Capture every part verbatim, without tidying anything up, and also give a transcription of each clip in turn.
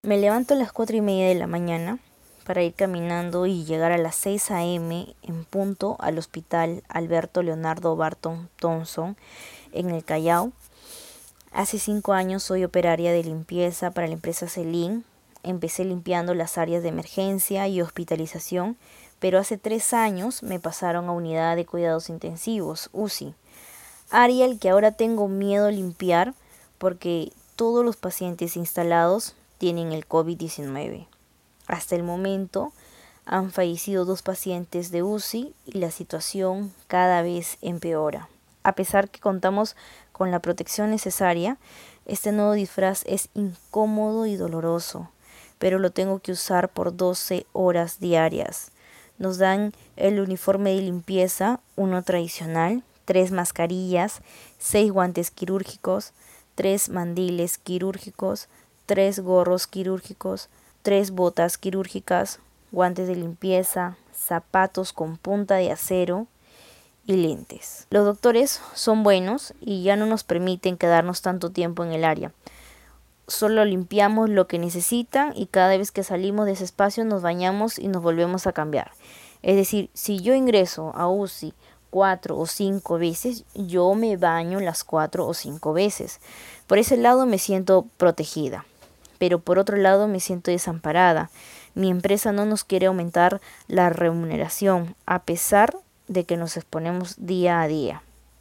Me levanto a las cuatro y media de la mañana para ir caminando y llegar a las seis a eme en punto al Hospital Alberto Leonardo Barton Thompson en el Callao. Hace cinco años soy operaria de limpieza para la empresa Celin. Empecé limpiando las áreas de emergencia y hospitalización, pero hace tres años me pasaron a unidad de cuidados intensivos, U C I. Área al que ahora tengo miedo a limpiar porque todos los pacientes instalados tienen el COVID diecinueve. Hasta el momento han fallecido dos pacientes de U C I y la situación cada vez empeora. A pesar que contamos con la protección necesaria, este nuevo disfraz es incómodo y doloroso, pero lo tengo que usar por doce horas diarias. Nos dan el uniforme de limpieza, uno tradicional, tres mascarillas, seis guantes quirúrgicos, tres mandiles quirúrgicos, tres gorros quirúrgicos, tres botas quirúrgicas, guantes de limpieza, zapatos con punta de acero y lentes. Los doctores son buenos y ya no nos permiten quedarnos tanto tiempo en el área. Solo limpiamos lo que necesitan y cada vez que salimos de ese espacio nos bañamos y nos volvemos a cambiar. Es decir, si yo ingreso a U C I cuatro o cinco veces, yo me baño las cuatro o cinco veces. Por ese lado me siento protegida, pero por otro lado me siento desamparada. Mi empresa no nos quiere aumentar la remuneración, a pesar de que nos exponemos día a día.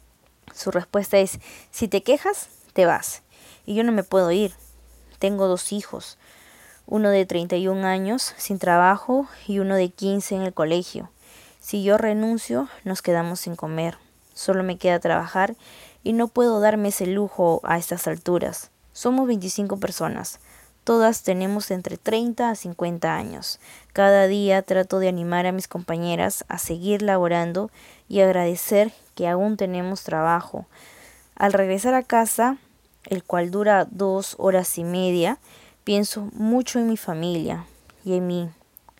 Su respuesta es: si te quejas, te vas. Y yo no me puedo ir. Tengo dos hijos, uno de treinta y un años sin trabajo y uno de quince en el colegio. Si yo renuncio, nos quedamos sin comer. Solo me queda trabajar y no puedo darme ese lujo a estas alturas. Somos veinticinco personas. Todas tenemos entre treinta a cincuenta años. Cada día trato de animar a mis compañeras a seguir laborando y agradecer que aún tenemos trabajo. Al regresar a casa, el cual dura dos horas y media, pienso mucho en mi familia y en mí.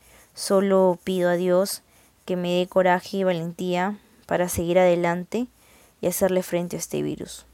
Solo pido a Dios que me dé coraje y valentía para seguir adelante y hacerle frente a este virus.